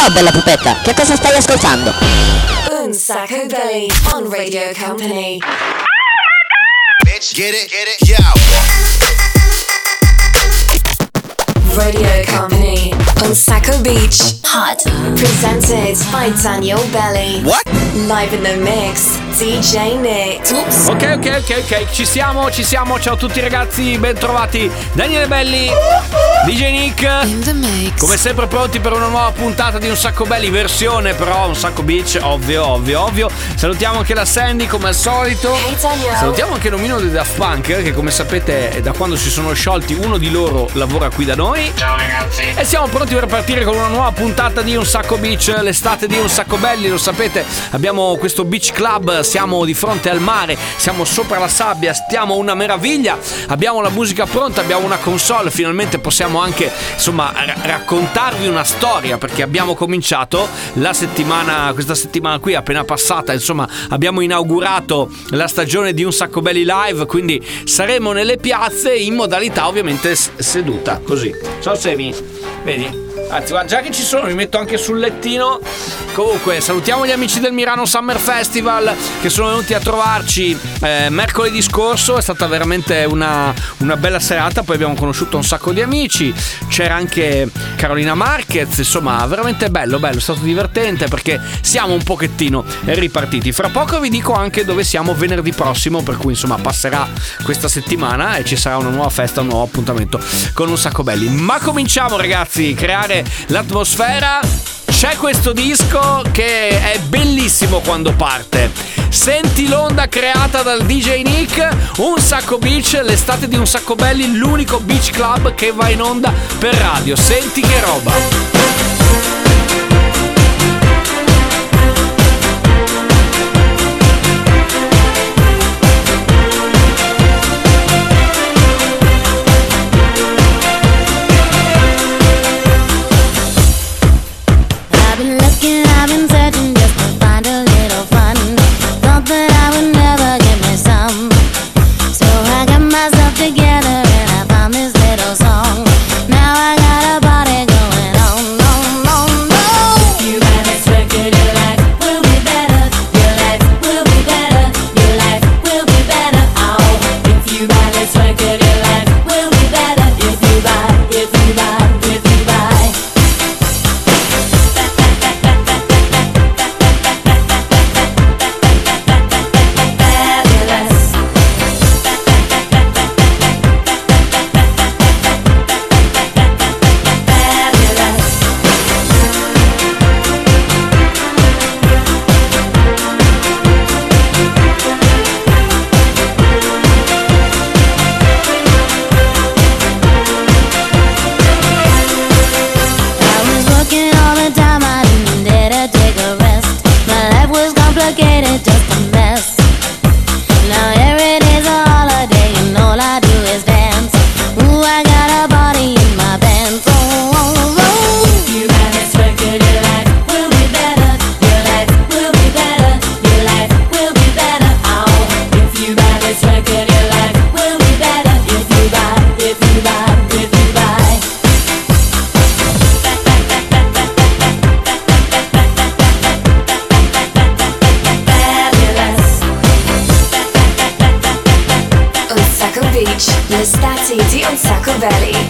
Ciao bella pupetta, che cosa stai ascoltando? Un Sacco Belly on Radio Company. Bitch, get it, yo. Radio Company on Sacco Beach. Hot. Presented by Daniel Belly. What? Live in the mix, DJ Nick. Oops. Ok, ci siamo. Ciao a tutti ragazzi, ben trovati. Daniele Belli, DJ Nick. In the mix. Come sempre pronti per una nuova puntata di Un Sacco Belli, versione però Un Sacco Beach, ovvio. Salutiamo anche la Sandy come al solito. Hey Daniel. Salutiamo anche l'omino dei Daft Punk, che come sapete da quando si sono sciolti uno di loro lavora qui da noi. Ciao ragazzi. E siamo pronti per partire con una nuova puntata di Un Sacco Beach, l'estate di Un Sacco Belli, lo sapete, abbiamo questo beach club, siamo di fronte al mare, siamo sopra la sabbia, stiamo una meraviglia, abbiamo la musica pronta, abbiamo una console, finalmente possiamo anche insomma raccontarvi una storia, perché abbiamo cominciato questa settimana qui appena passata, insomma abbiamo inaugurato la stagione di Un Sacco Belli Live, quindi saremo nelle piazze in modalità ovviamente seduta, così. Ciao Semi, vedi? Anzi, guarda, già che ci sono, mi metto anche sul lettino. Comunque, salutiamo gli amici del Milano Summer Festival che sono venuti a trovarci mercoledì scorso. È stata veramente una bella serata. Poi abbiamo conosciuto un sacco di amici. C'era anche Carolina Marquez. Insomma, veramente bello. È stato divertente perché siamo un pochettino ripartiti. Fra poco vi dico anche dove siamo venerdì prossimo, per cui insomma passerà questa settimana e ci sarà una nuova festa, un nuovo appuntamento con Un Sacco Belli. Ma cominciamo ragazzi, creare l'atmosfera. C'è questo disco che è bellissimo quando parte. Senti l'onda creata dal DJ Nick. Un Sacco Beach, l'estate di Un Sacco Belli, l'unico beach club che va in onda per radio. Senti che roba. I've been searching just to find a little fun. Thought that I would never get me some. So I got myself together and I found this little song. Now I got a party going on. You got this record, your life will be better. Your life will be better. Your life will be better. Oh, if you buy this record, your life will be better. If you buy. L'estate di Un Sacco Belli.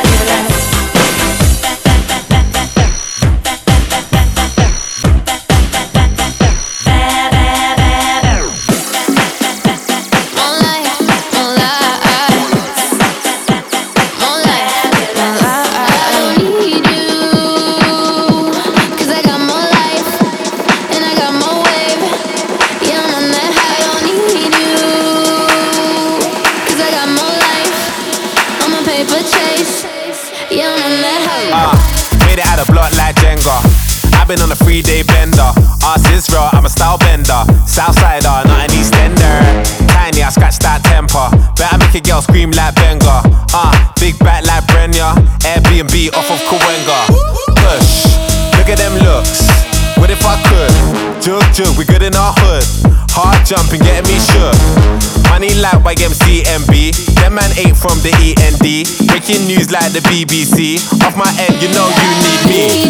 I've been on a 3-day bender. Ass Israel, I'm a style bender. Southsider, not an Eastender. Tiny, I scratch that temper. Better make a girl scream like Benga. Big back like Brenya. Airbnb off of Kawenga. Push, look at them looks. What if I could? Jug, we good in our hood. Hard jumping, getting me shook. Money like YMCMB. Them man ain't from the END. Breaking news like the BBC. Off my head, you know you need me.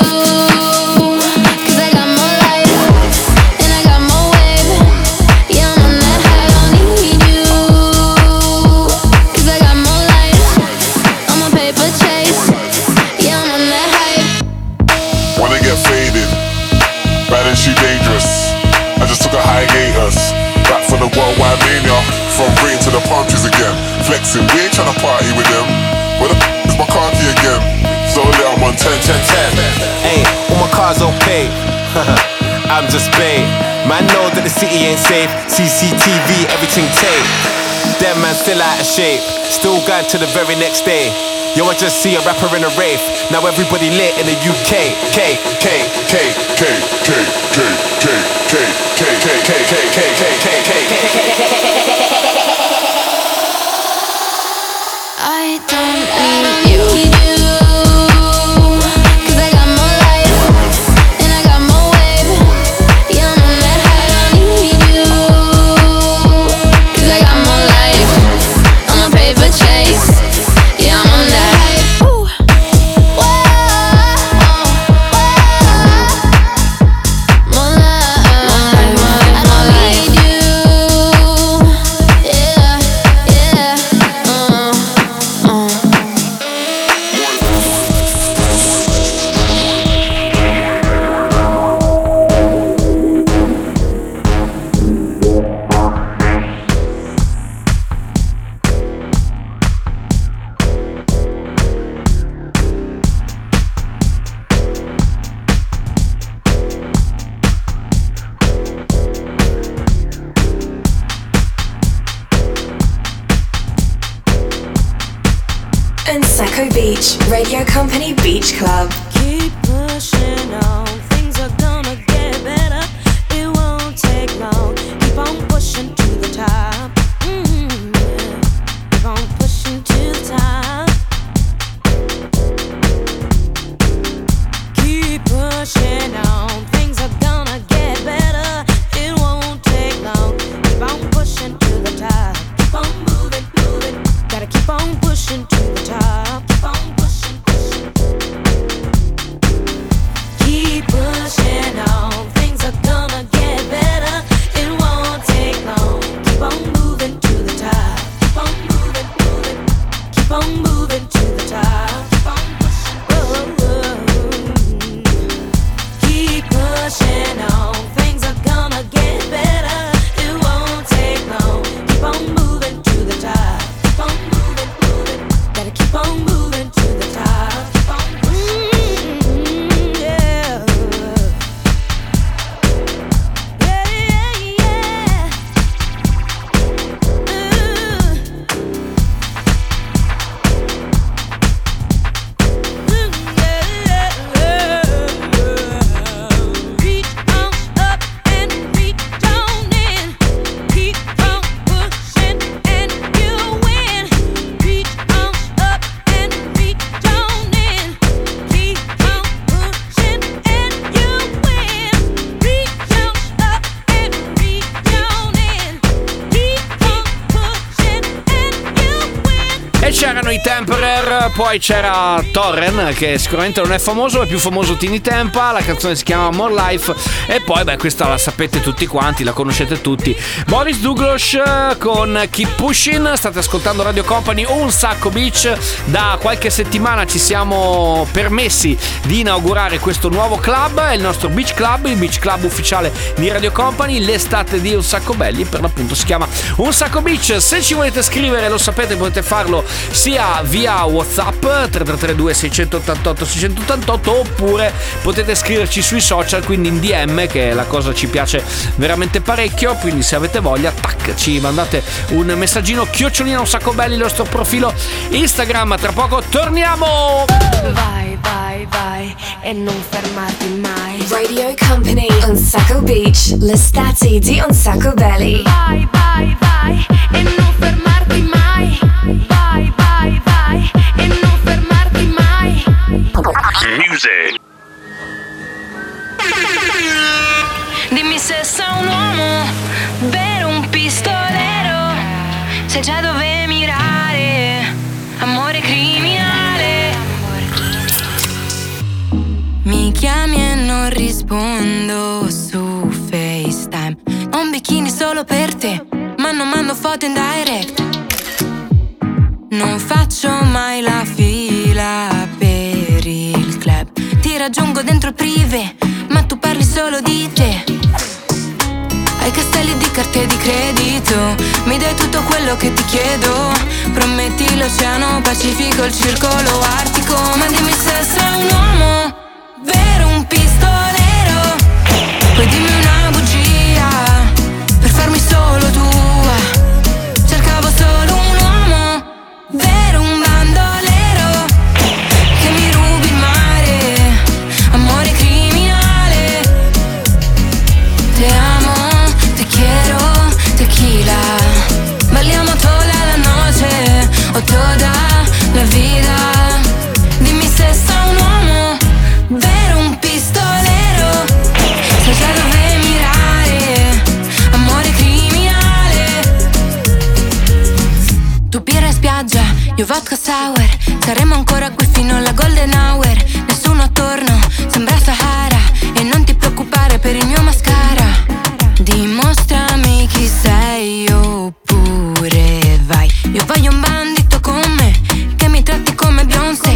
She dangerous. I just took a hiatus. Back for the worldwide mania. From Britain to the palm trees again. Flexing, we ain't tryna party with them. Where the is my car key again? So yeah, I'm on 10. Hey, all my cars okay. I'm just bait. Man know that the city ain't safe. CCTV, everything tape. Them man still out of shape. Still going to the very next day. Yo, I just see a rapper in a rave. Now everybody lit in the UK. I don't need you. Unsacco Beach, Radio Company Beach Club. Keep pushing on, things are gonna get better. It won't take long. Keep on pushing to the top. Yeah. Keep on pushing to the top. Keep pushing on, things are gonna get better. It won't take long. Keep on pushing to the top. Keep on moving. Gotta keep on pushing to the top. Keep on pushing. Keep pushing on, things are gonna get better. It won't take long. Keep on moving to the top. Keep on moving. Keep on moving to the top. Keep on pushing. Keep pushing on, things are gonna get better. It won't take long. Keep on moving to the top. Keep on moving. Gotta keep on moving to the top. Keep on pushing. Yeah. Reach on up and reach on in. Keep on pushing and you win. Reach on up and reach on in. Keep on pushing and you win. Reach on up and reach on in. Keep on pushing and you win. E c'erano i Temperer, poi c'era Torren, che sicuramente non è famoso, è più famoso Tini Tempa, la canzone si chiama More Life, e poi questa la sapete tutti quanti, la conoscete tutti, Boris Douglas con Keep Pushing. State ascoltando Radio Company Unsacco Beach. Da qualche settimana ci siamo permessi di inaugurare questo nuovo club, è il nostro Beach Club, il Beach Club ufficiale di Radio Company, l'estate di Unsacco Belli, per l'appunto si chiama Unsacco Beach. Se ci volete scrivere, lo sapete, potete farlo sia via WhatsApp 3332 688 688, oppure potete scriverci sui social, quindi in DM, che è la cosa ci piace veramente parecchio. Quindi se avete voglia, tac, ci mandate un messaggino, @ Unsacco Belli, il nostro profilo Instagram. Tra poco torniamo. Vai e non fermarti mai. Radio Company Unsacco Beach, l'estate di Unsacco Belli. Vai e non fermarti mai. Vai e non fermarti mai. Music. Dimmi se sei un uomo, vero un pistolero, se già dove mi mirare, amore criminale. Mi chiami e non rispondo su FaceTime. Ho un bikini solo per te, ma non mando foto in direct. Non faccio mai la fila per il club. Ti raggiungo dentro il privé, ma tu parli solo di te. Hai castelli di carte di credito, mi dai tutto quello che ti chiedo. Prometti l'oceano Pacifico, il circolo artico. Ma dimmi se sei un uomo vero, un pistolero. Poi dimmi una bugia per farmi solo tua. Cercavo solo un uomo vero, un bandolero che mi rubi il mare, amore criminale. Te amo, te quiero, tequila. Balliamo toda la noche o toda la vida. Dimmi se sei un uomo vero, un pistolero. Sai già dove mirare, amore criminale. Tu birra in spiaggia, io vodka sour. Saremo ancora qui fino alla golden hour. Nessuno attorno, sembra Sahara. E non ti preoccupare per il mio mascara. Dimostrami chi sei oppure vai. Io voglio un bandito con me, che mi tratti come Beyoncé.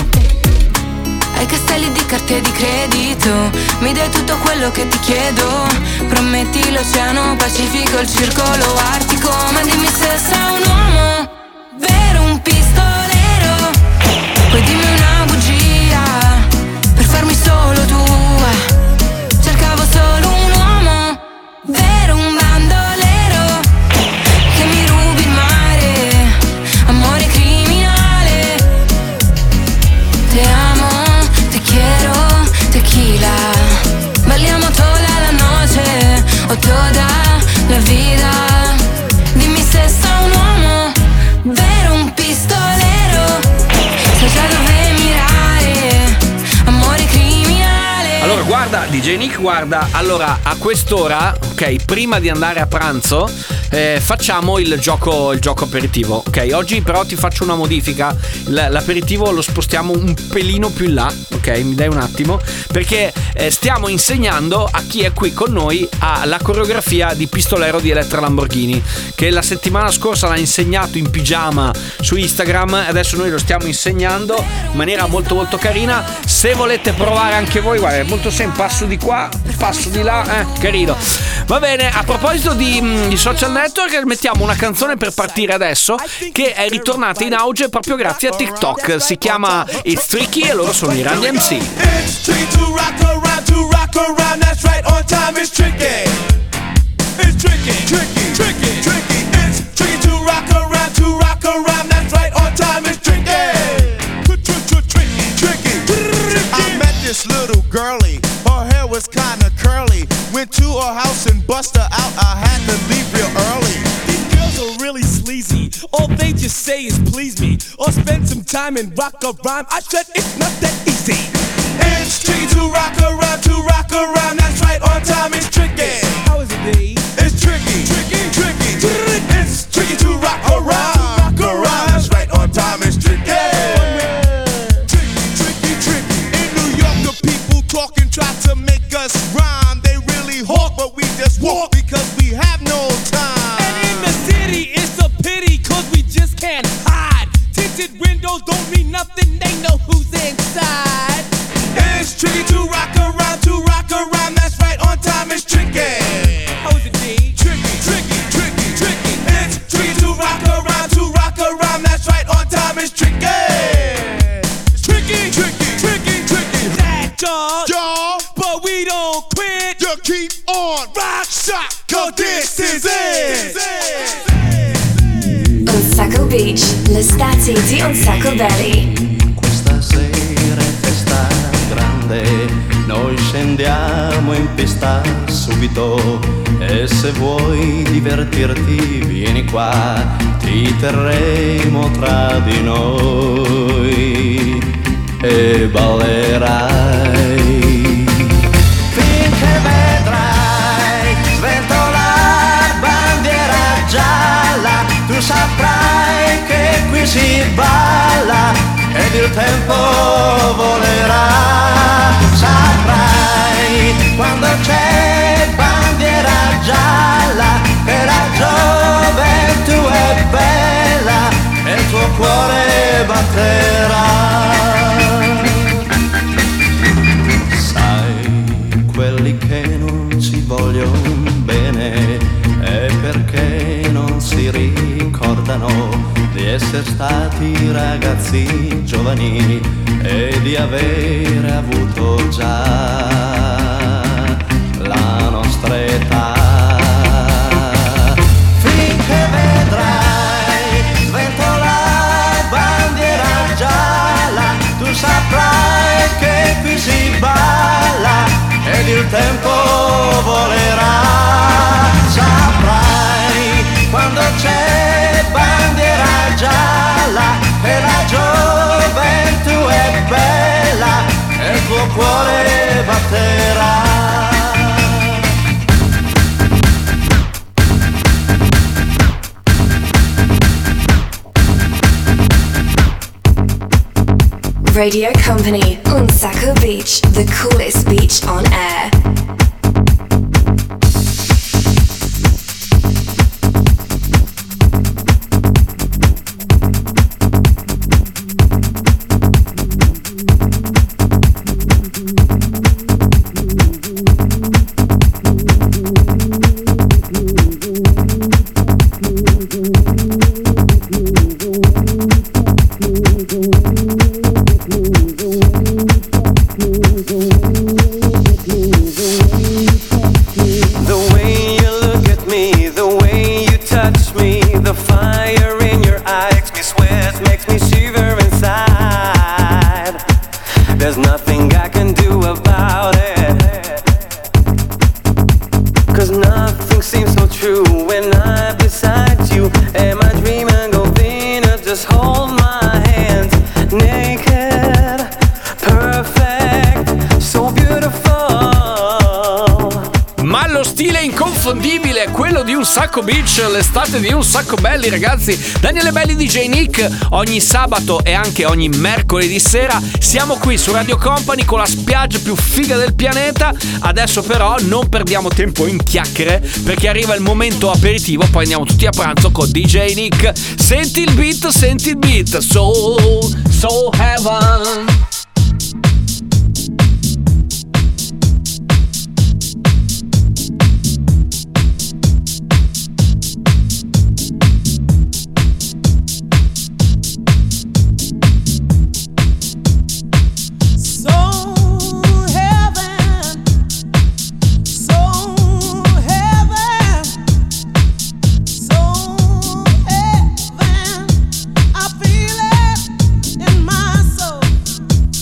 Hai castelli di carte di credito, mi dai tutto quello che ti chiedo. Prometti l'oceano Pacifico, il circolo artico. Ma dimmi se sei un uomo vero, un pistolero. Poi dimmi una bugia per farmi solo tua. Cercavo solo un uomo vero, un bandolero che mi rubi il mare, amore criminale. Te amo, te quiero, tequila. Balliamo toda la noche o toda la vida. Dimmi se sei un uomo vero, un pistolero. Sai già dove mirare, amore criminale. Allora guarda, DJ Nick, guarda, allora a quest'ora, ok, prima di andare a pranzo facciamo il gioco aperitivo, ok? Oggi però ti faccio una modifica, l'aperitivo lo spostiamo un pelino più in là, ok? Mi dai un attimo, perché stiamo insegnando a chi è qui con noi la coreografia di Pistolero di Elettra Lamborghini, che la settimana scorsa l'ha insegnato in pigiama su Instagram. Adesso noi lo stiamo insegnando in maniera molto molto carina. Se volete provare anche voi, guarda, è molto semplice, passo di qua, passo di là, carino. Va bene, a proposito di social network, mettiamo una canzone per partire adesso, che è ritornata in auge proprio grazie a TikTok. Si chiama It's Tricky e loro sono i Run DMC. It's tricky to rock around, that's right, on time is tricky. It's tricky, tricky, tricky, tricky. It's tricky to rock around, that's right, on time is tricky. Tricky, tricky. I met this little girlie, her hair was kinda curly. Went to her house and bust her out, I had to leave real early. These girls are really sleazy, all they just say is please me, or spend some time and rock a rhyme. I said it's not that easy. It's tricky to rock around, that's right, on time is tricky. How is it, D? It's tricky, tricky, tricky. It's tricky to rock around, that's right, on time is tricky. Tricky, tricky. In New York, the people talking try to make us rhyme. They really hawk, but we just walk because we have no time. And in the city, it's a pity, cause we just can't hide. Tinted windows don't mean nothing, they know who's inside. It's tricky to rock around, that's right, on time is tricky. How is it, D? Tricky, tricky, tricky, tricky. It's tricky to rock around, that's right, on time is tricky. It's tricky, tricky, tricky, tricky. That y'all, but we don't quit. You keep on rock shot, cause this is it. Un Sacco Beach, l'estate di Un Sacco Belly. Questa sera è festa grande, noi scendiamo in pista subito. E se vuoi divertirti vieni qua, ti terremo tra di noi e ballerai finché vedrai sventolare bandiera gialla. Tu saprai che qui si balla ed il tempo volerà. Saprai quando c'è bandiera gialla che la gioventù è bella e il tuo cuore batterà. Sai, quelli che non si vogliono bene è perché non si ricordano di essere stati ragazzi giovani e di avere avuto già la nostra età. Finché vedrai sventola bandiera gialla, tu saprai che qui si balla ed il tempo volerà. Saprai quando c'è bandiera gialla che la gioventù è bella e il tuo cuore batterà. Radio Company, Un Sacco Beach, the coolest beach on air. Sacco Beach, l'estate di Un Sacco Belli, ragazzi. Daniele Belli, DJ Nick. Ogni sabato e anche ogni mercoledì sera siamo qui su Radio Company con la spiaggia più figa del pianeta. Adesso però non perdiamo tempo in chiacchiere perché arriva il momento aperitivo, poi andiamo tutti a pranzo con DJ Nick. Senti il beat, Soul Heaven. I feel it in my soul.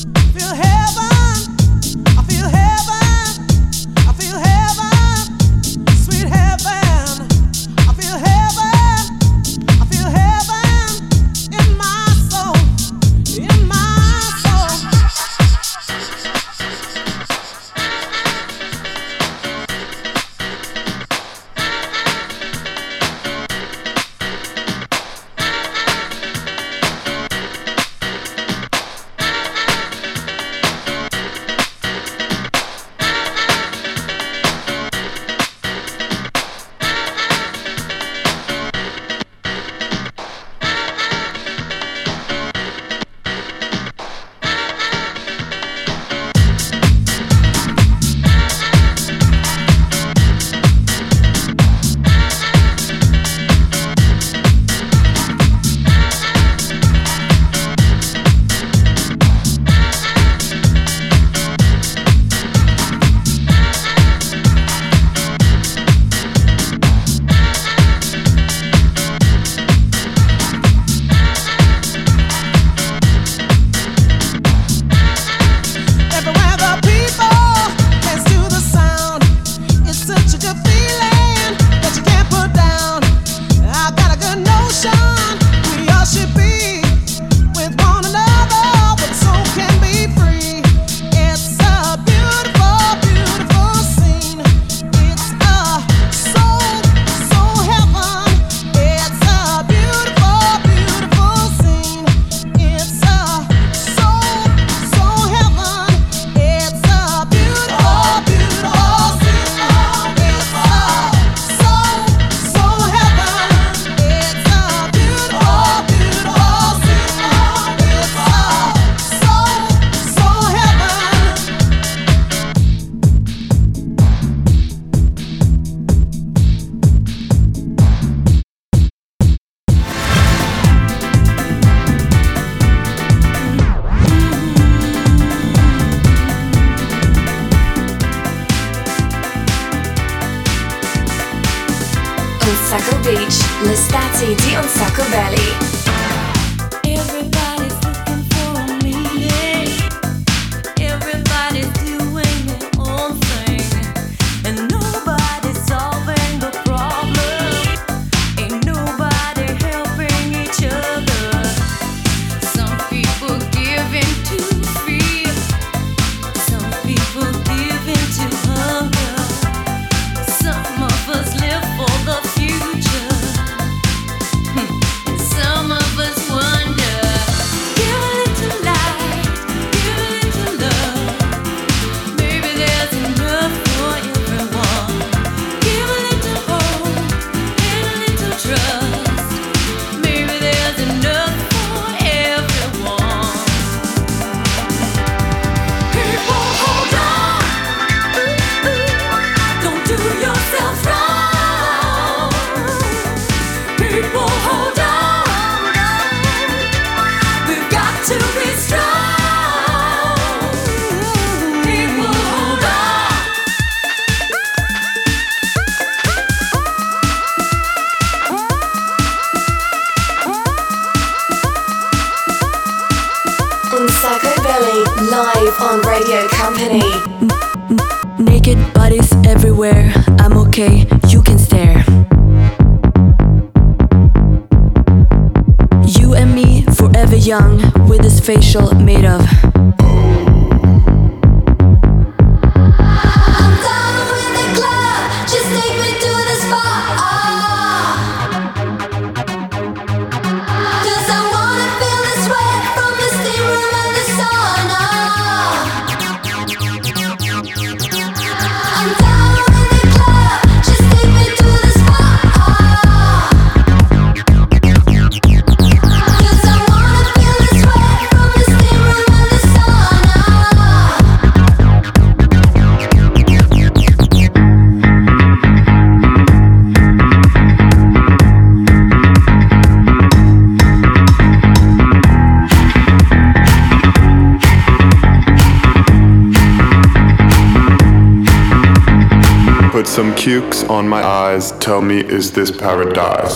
Sacco Belly. Everybody's looking for a meaning. Everybody's doing their own thing, and nobody's solving the problem. Ain't nobody helping each other. Some people give in to fear. Some people give in to hunger. Some of us live for the future. And some of us wonder. Give a little light, give a little love. Maybe there's enough for everyone. Give a little hope and a little trust. Maybe there's enough for everyone. People, hold on. Don't do yourself wrong. People, hold on. We've got to be strong. People, hold on. Un Sacco Belly, live on Radio Company. Naked bodies everywhere. I'm okay, you can stare. You and me, forever young, with this facial made of. I'm down with the club, just take me to the spot. 'Cause I wanna feel the sweat from the steam room and the sauna. I'm down with the club, just take me to the spot. 'Cause I wanna feel the sweat from the steam room and the sauna. Put some cukes on my eyes. Tell me, is this paradise?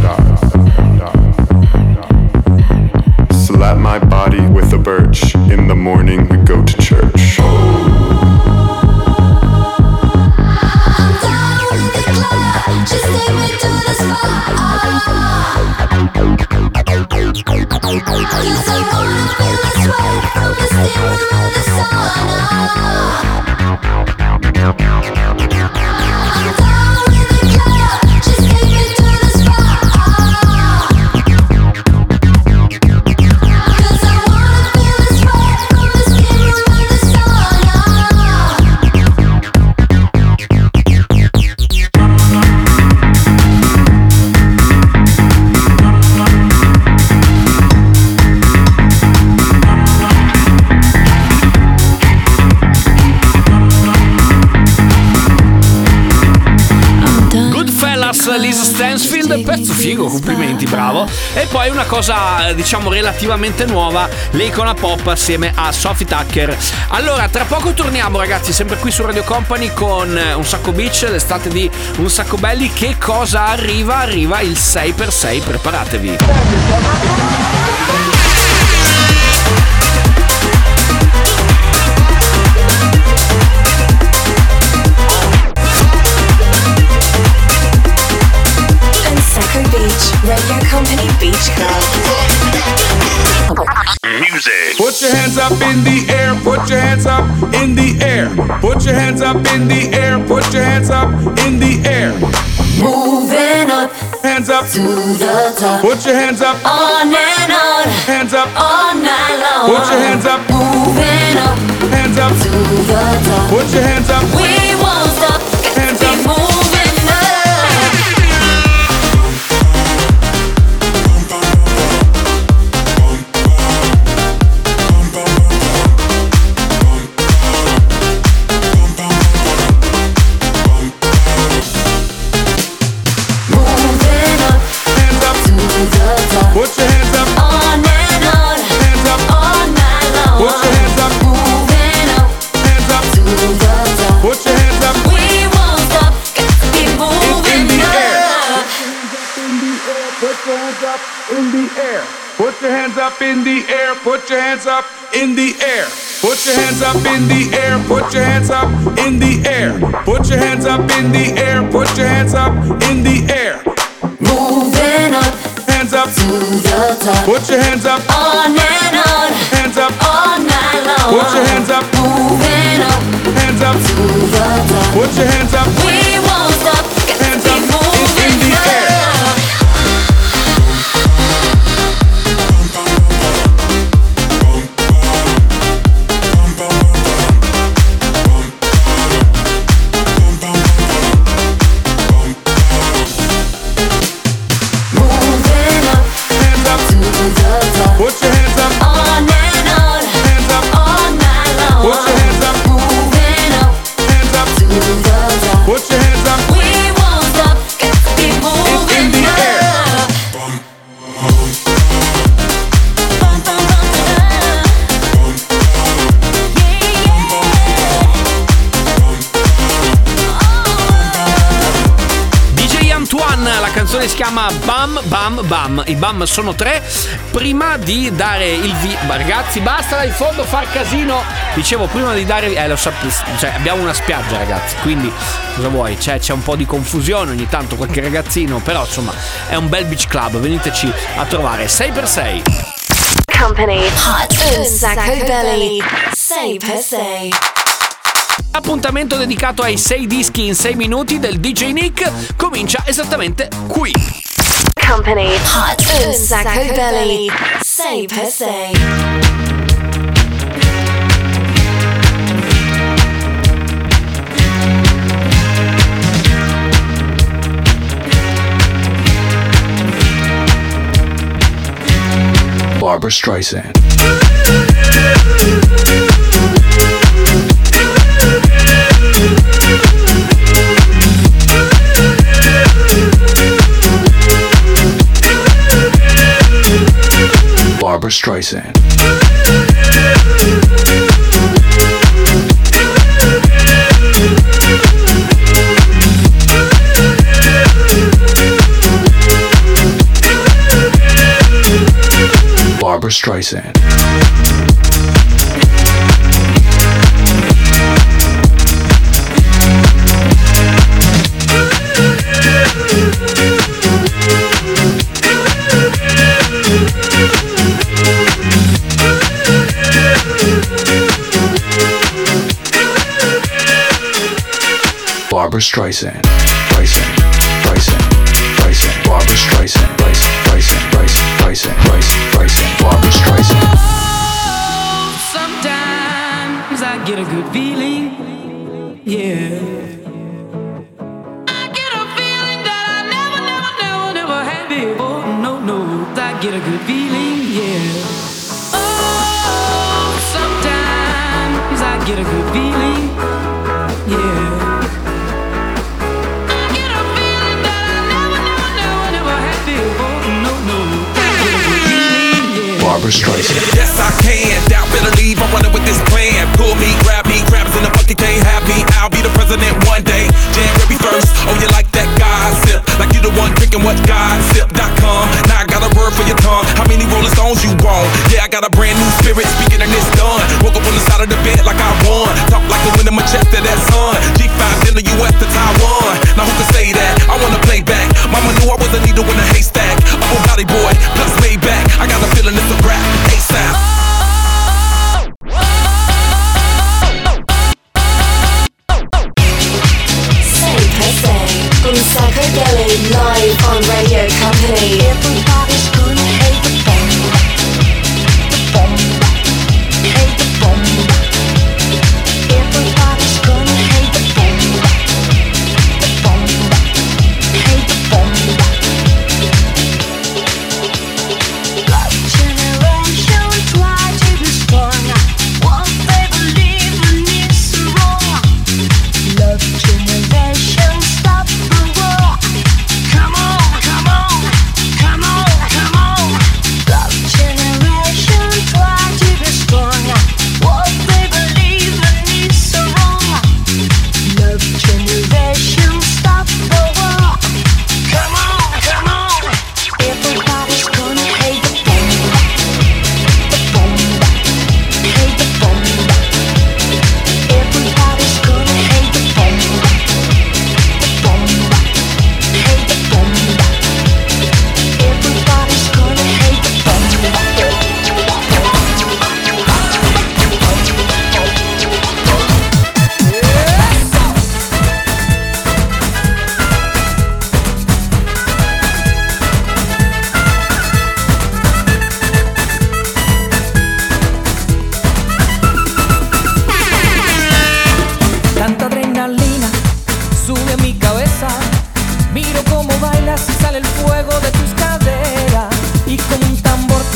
Slap my body with a birch. In the morning we go to church. I'm down with the club, just take me to the spot. 'Cause I wanna feel the sweat from the steam room and the sauna. I'm down with the club, just take me to the spot. 'Cause I wanna feel the sweat from the steam room and the sauna. Goodfellas, Lisa Stansfield, pezzo figo, complimenti, bravo. E poi una cosa, diciamo, relativamente nuova, lei con la pop assieme a Sophie Tucker. Allora, tra poco torniamo, ragazzi, sempre qui su Radio Company con Un Sacco Beach, l'estate di Un Sacco Belli. Che cosa arriva? Arriva il 6x6, preparatevi. Un Sacco Beach, Radio Company Beach Club. Music. Put your hands up in the air, put your hands up in the air. Put your hands up in the air, put your hands up in the air. Moving up Hands up, to the top. put your hands up, On and on, hands up, all night long. put your hands up, Moving up hands up, to the top. put your hands up, We won't stop. hands Keep up. moving up. Moving up Hands up, to the top. put your hands up, On and on, hands up, all night long. put your hands up, Moving up hands up, to the top. put your Put your hands up in the air. Put your hands up in the air. Put your hands up in the air. Put your hands up in the air. Put your hands up in the air. Put your hands up in the air. Moving up, Hands up to the top. Put your hands up. On and on, Hands up. all night long. Put your hands up. Moving up, Hands up. to the top. Put your hands up. We won't stop. Got Hands to up keep moving in the air. Moving up, Hands up. to the top. Put your hands up. On and on, Hands up. all night long. Put your hands up. Moving up, Hands up. to the top. Put your hands up. We won't stop. Got to keep moving in the air. up. Bum, bum, bum, DJ Antoine, la canzone si chiama Bam Bam Bam. I bam sono 3. Prima di dare il via, ragazzi, basta dai fondo far casino. Dicevo, prima di dare, lo cioè, abbiamo una spiaggia, ragazzi. Quindi cosa vuoi? C'è un po' di confusione ogni tanto, qualche ragazzino. Però insomma è un bel beach club. Veniteci a trovare 6x6. Company Hot un sacco belly 6x6. Appuntamento dedicato ai 6 dischi in 6 minuti del DJ Nick comincia esattamente qui. Company Hot un sacco belly 6x6. Barbra Streisand. Barbra Streisand. Barbra Streisand. Barbra Streisand. Streisand. Streisand. Streisand. Barbra Streisand. Streisand. Streisand. Streisand. Barbra Streisand. Sometimes I get a good feeling, yeah. I get a feeling that I never had before. No, I get a good feeling, yeah. Oh, sometimes I get a good feeling, yeah. I get a feeling that I never had before. No, I get a good feeling, yeah. Barbra Streisand. Yes, I can. Doubt better leave. I'm running with this plan. Pull me, grab us in the bucket, can't have me. I'll be the president one day. January 1st. Oh, you like that gossip? Like you the one drinking what gossip.com. Now I got a word for your tongue. How many Rolling Stones you want? Yeah, I got a brand new spirit. Speaking and it's done. Woke up on the side of the bed like I won. Talk like the wind in my chest to that sun. G5 in the US to Taiwan. Now who can say that? I wanna play back. Mama knew I was a needle in a haystack. Upper body boy, plus way back. I got a feeling it's a rap. ASAP. Un sacco belly live on Radio Company. Everybody's gonna hate the bomba. The bomba. Hate the bomba. Everybody's gonna hate the bomba. The bomba. Hate the bomba.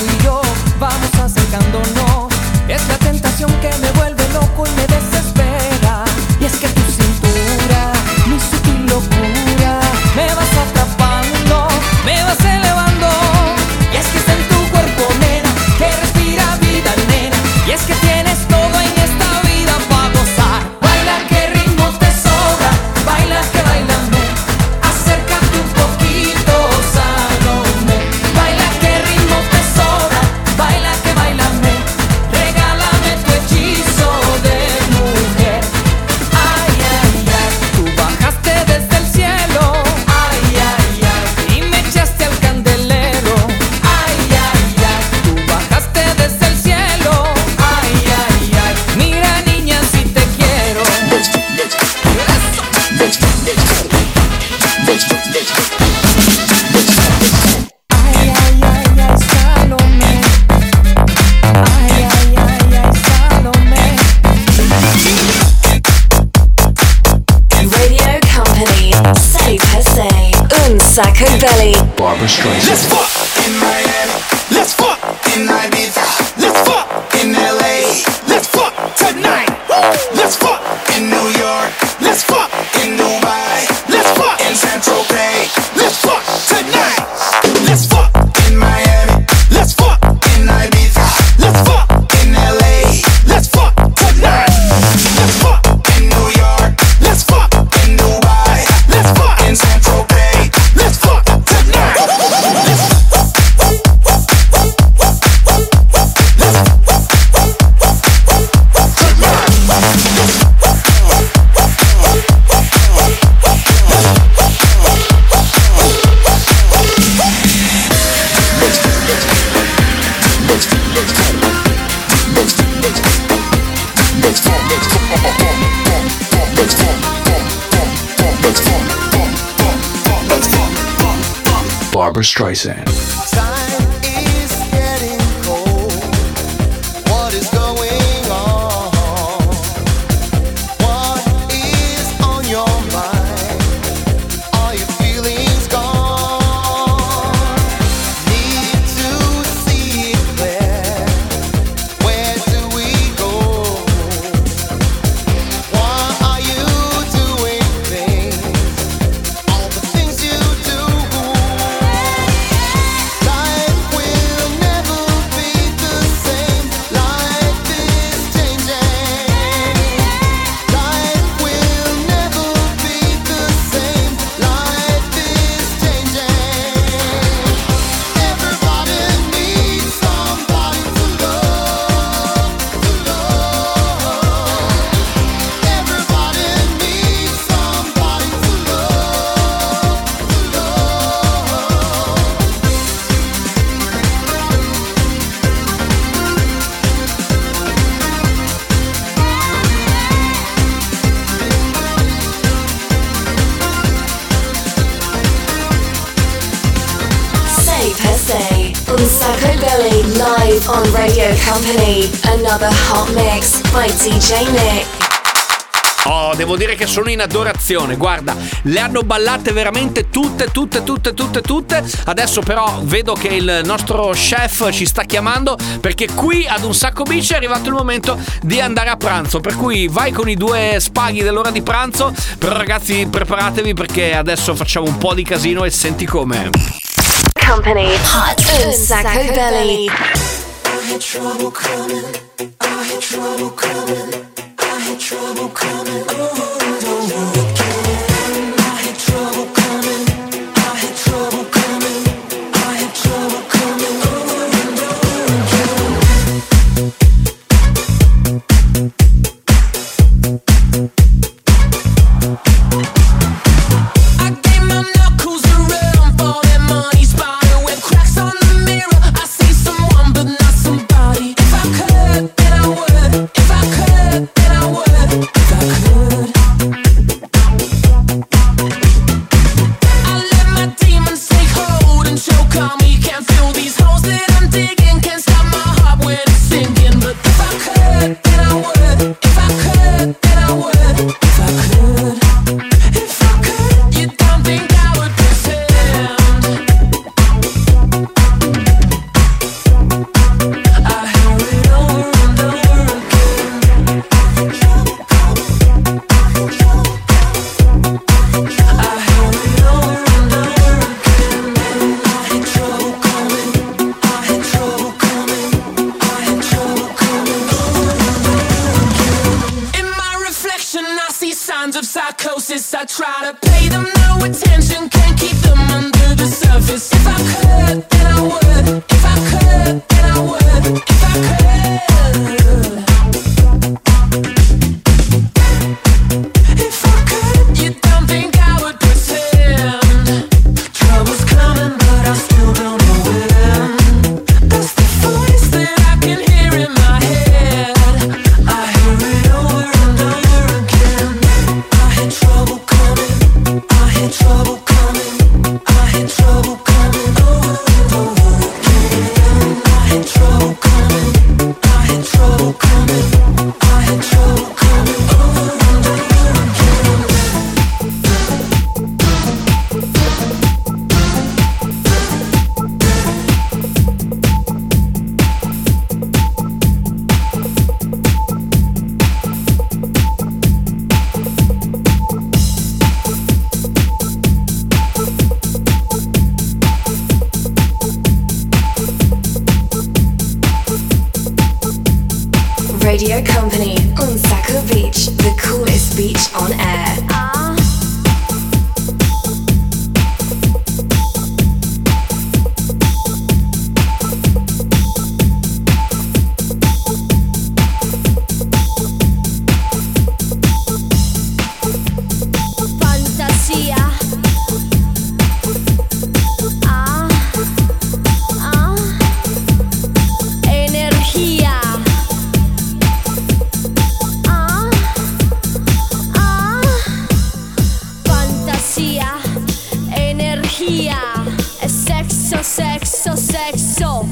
tú y yo vamos acercándonos. Es la tentación que me vuelve loco y me desespera. Y es que tu cintura, mi sutil locura, me vas atrapando, me vas elevando. Y es que está en tu cuerpo, nena, que respira vida, nena. Y es que tienes todo en esta vida para gozar. Baila que ritmo te sobra, baila que bailame. Acércate un poquito, Salomé. Baila que ritmo te sobra, baila que bailame. Regálame tu hechizo de mujer. Ay, ay, ay, tú bajaste desde el cielo. Ay, ay, ay, y me echaste al candelero. Ay, ay, ay, tú bajaste desde el cielo. Ay, ay, ay, mira niña si te quiero. Ay, ay, ay, ay, Salomé. Ay, ay, ay, ay, Salomé. Radio Company, Say per se, Un Sacco Belly. Barbara Streisand. Let's fuck in Miami. Let's fuck in Ibiza. Let's fuck in LA. Let's fuck tonight. Let's fuck in New York. Let's fuck in Dubai. Let's fuck in Central Bay. Let's fuck tonight. Let's fuck in Miami. Let's fuck in Ibiza. Let's fuck in LA. Let's fuck tonight. Let's fuck in New York. Let's fuck in Dubai. Let's fuck in Central Bay. Let's fuck tonight. Barbara Streisand. Time is getting cold. What is going on? What is on your mind? Are your feelings gone? Need to see it clear. Where do we go? Why are you doing things? All the things you do. Life will never be the same. Life is changing. Life will never be the same. Life is changing. Everybody needs somebody to love, to love. Everybody needs somebody to love, to love. Say per se, Un Sacco Belly, live on Radio Company. Another hot mix by DJ Nick. Oh, devo dire che sono in adorazione, guarda, le hanno ballate veramente tutte. Adesso però vedo che il nostro chef ci sta chiamando, perché qui ad Un Sacco Beach è arrivato il momento di andare a pranzo, per cui vai con i due spaghi dell'ora di pranzo. Però ragazzi, preparatevi perché adesso facciamo un po' di casino e senti come. Company, hot Un Sacco Belly. I had trouble coming. I had trouble coming. I had trouble coming. Don't look again. I had trouble coming. I had trouble coming. I had trouble coming. I gave my knuckles a run for that money spider with cracks on the mirror. I see someone but not somebody. If I could, then I would. If I could, then I would. If I could. crisis. I try to pay them no attention, can't keep them under the surface. If I could, then I would. If I could, then I would. If I could. If I could, you don't think I would pretend. Trouble's coming, but I still don't know when. That's the voice that I can hear in my head. I hear it over and over again. I hear trouble coming. I hear trouble coming. I hear trouble coming over and over again. I hear trouble coming. I hear trouble coming. I hear trouble coming over and over again. Radio Company on Sacco Beach, the coolest beach on air. Fantasia. Energia. Fantasia, energia, e sexo, sexo, sexo.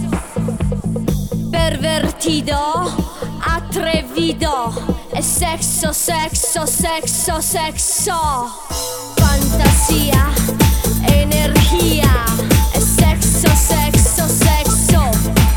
Pervertido, atrevido, e sexo, sexo, sexo, sexo. Fantasia, energia, e sexo, sexo, sexo.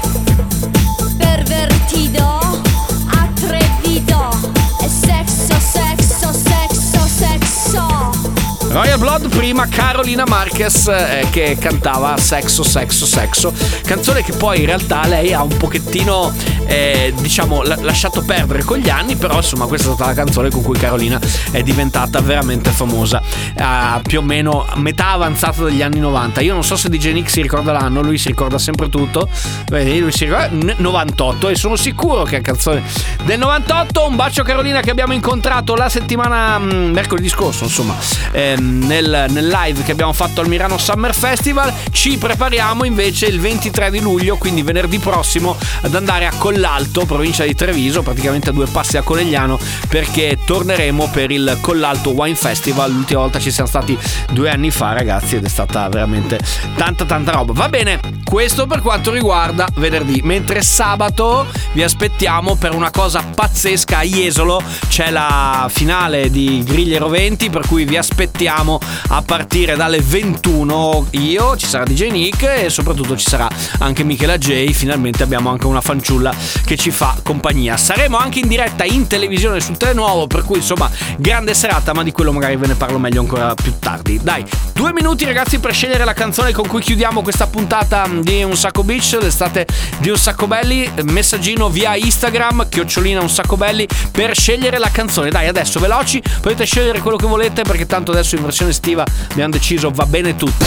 Pervertido, atrevido, e sexo, sexo, sexo, sexo. Royal Blood, prima Carolina Marquez che cantava Sexo, Sexo, Sexo, canzone che poi in realtà lei ha un pochettino diciamo lasciato perdere con gli anni, però insomma questa è stata la canzone con cui Carolina è diventata veramente famosa più o meno a metà avanzata degli anni 90. Io non so se DJ Nick si ricorda l'anno, lui si ricorda sempre tutto. Vedi, lui si ricorda 98 e sono sicuro che è canzone del 98. Un bacio Carolina, che abbiamo incontrato la settimana mercoledì scorso, insomma nel live che abbiamo fatto al Milano Summer Festival. Ci prepariamo invece il 23 di luglio, quindi venerdì prossimo, ad andare a Collalto, provincia di Treviso, praticamente a 2 passi da Conegliano, perché torneremo per il Collalto Wine Festival. L'ultima volta ci siamo stati 2 anni fa, ragazzi, ed è stata veramente tanta roba. Va bene, questo per quanto riguarda venerdì, mentre sabato vi aspettiamo per una cosa pazzesca a Jesolo. C'è la finale di Griglie Roventi, per cui vi aspettiamo a partire dalle 21. Io, ci sarà DJ Nick e soprattutto ci sarà anche Michela J. Finalmente abbiamo anche una fanciulla che ci fa compagnia. Saremo anche in diretta in televisione su Telenuovo, per cui insomma grande serata, ma di quello magari ve ne parlo meglio ancora più tardi. Dai, 2 minuti ragazzi per scegliere la canzone con cui chiudiamo questa puntata di Un Sacco Beach, l'estate di Un Sacco Belli. Messaggino via Instagram @ Un Sacco Belli per scegliere la canzone. Dai, adesso veloci, potete scegliere quello che volete, perché tanto adesso in versione estiva abbiamo deciso va bene tutto.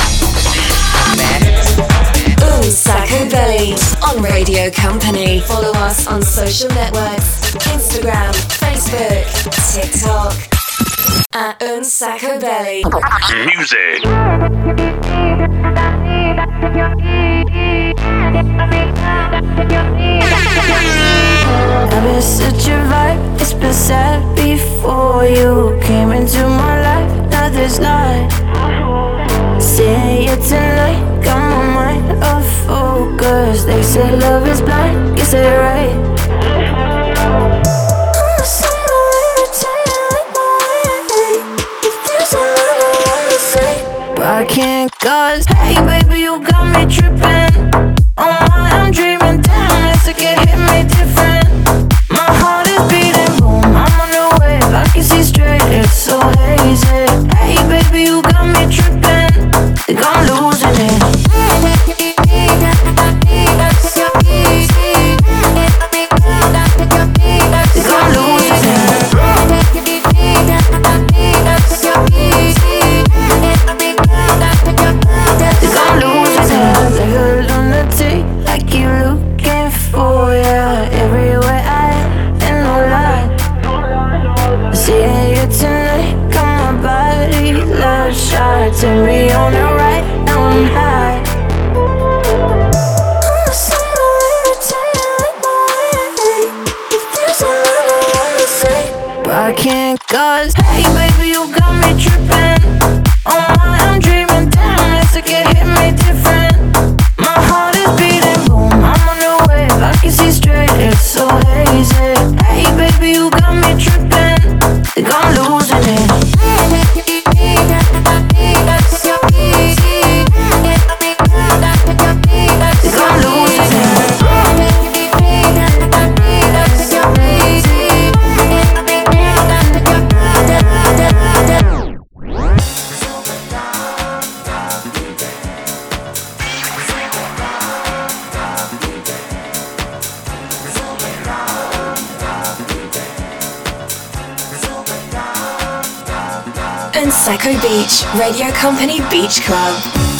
Un Sacco Belly on Radio Company. Follow us on social networks: Instagram, Facebook, TikTok. At Un Sacco Belly. Music. I've been such a vibe, it's been sad before you came into my life. Now there's not. Say it tonight, got my mind off focus. They say love is blind, you say right. But I can't, cause hey baby, you got me tripping. Oh my, I'm dreaming, damn, it's like it hit me different. My heart is beating, boom, I'm on the wave, I can see straight, it's so hazy. Hey baby, you got me tripping, think I'm losing it. Think I'm losing it. Turn me on and right now I'm high. But I can't, cause hey baby, you got me tripping. Oh my, I'm dreaming, damn, it's like it hit me different. My heart is beating, boom, I'm on the wave, I can see straight, it's so hazy. Hey baby, you got me tripping, think I'm losing it. Think I'm losing it. Unsaco Beach, Radio Company Beach Club.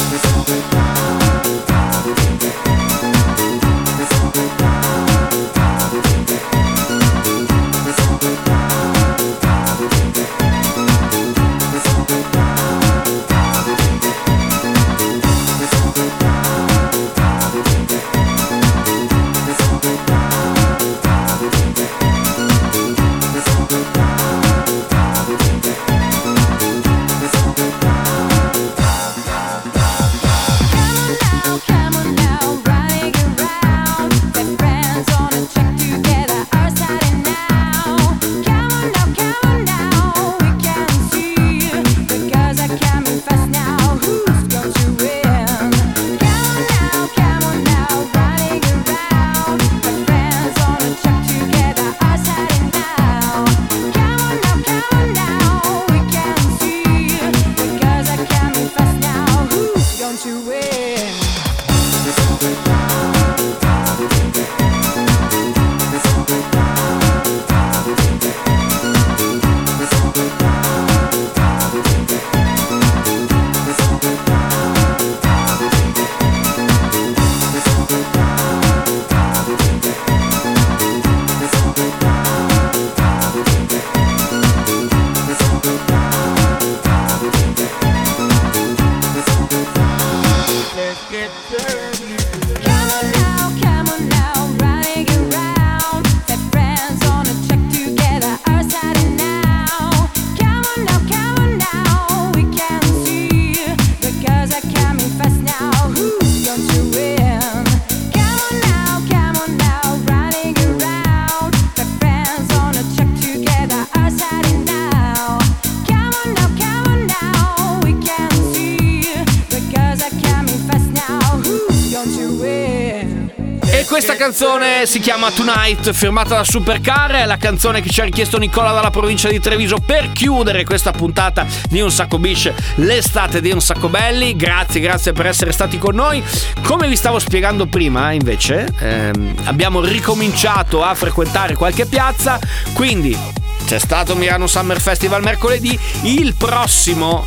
Questa canzone si chiama Tonight, firmata da Supercar, è la canzone che ci ha richiesto Nicola dalla provincia di Treviso per chiudere questa puntata di Un Sacco Beach, l'estate di Un Sacco Belli. Grazie per essere stati con noi. Come vi stavo spiegando prima, invece, abbiamo ricominciato a frequentare qualche piazza, quindi c'è stato Milano Summer Festival mercoledì, il prossimo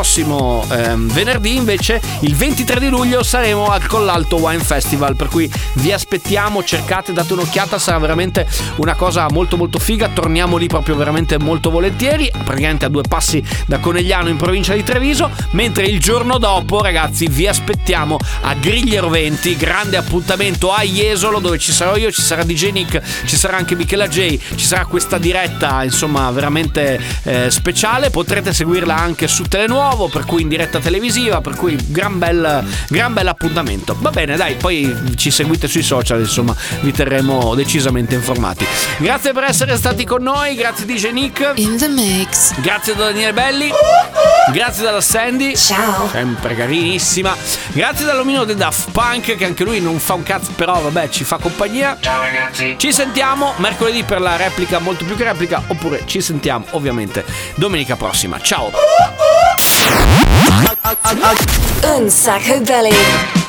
venerdì invece, il 23 di luglio, saremo al Collalto Wine Festival, per cui vi aspettiamo, cercate, date un'occhiata, sarà veramente una cosa molto molto figa, torniamo lì proprio veramente molto volentieri, praticamente a 2 passi da Conegliano in provincia di Treviso, mentre il giorno dopo, ragazzi, vi aspettiamo a Grigliero 20, grande appuntamento a Jesolo, dove ci sarò io, ci sarà DJ Nick, ci sarà anche Michela J, ci sarà questa diretta insomma veramente speciale, potrete seguirla anche su Telenuovo, per cui in diretta televisiva, per cui gran bel appuntamento. Va bene, dai, poi ci seguite sui social, insomma vi terremo decisamente informati. Grazie per essere stati con noi, grazie DJ Nick In the mix. Grazie da Daniele Belli, grazie dalla Sandy, ciao, sempre carinissima, grazie dall'omino di Daft Punk, che anche lui non fa un cazzo, però vabbè, ci fa compagnia. Ciao ragazzi, ci sentiamo mercoledì per la replica, molto più che replica, oppure ci sentiamo ovviamente domenica prossima. Ciao. Un Sacco Belly.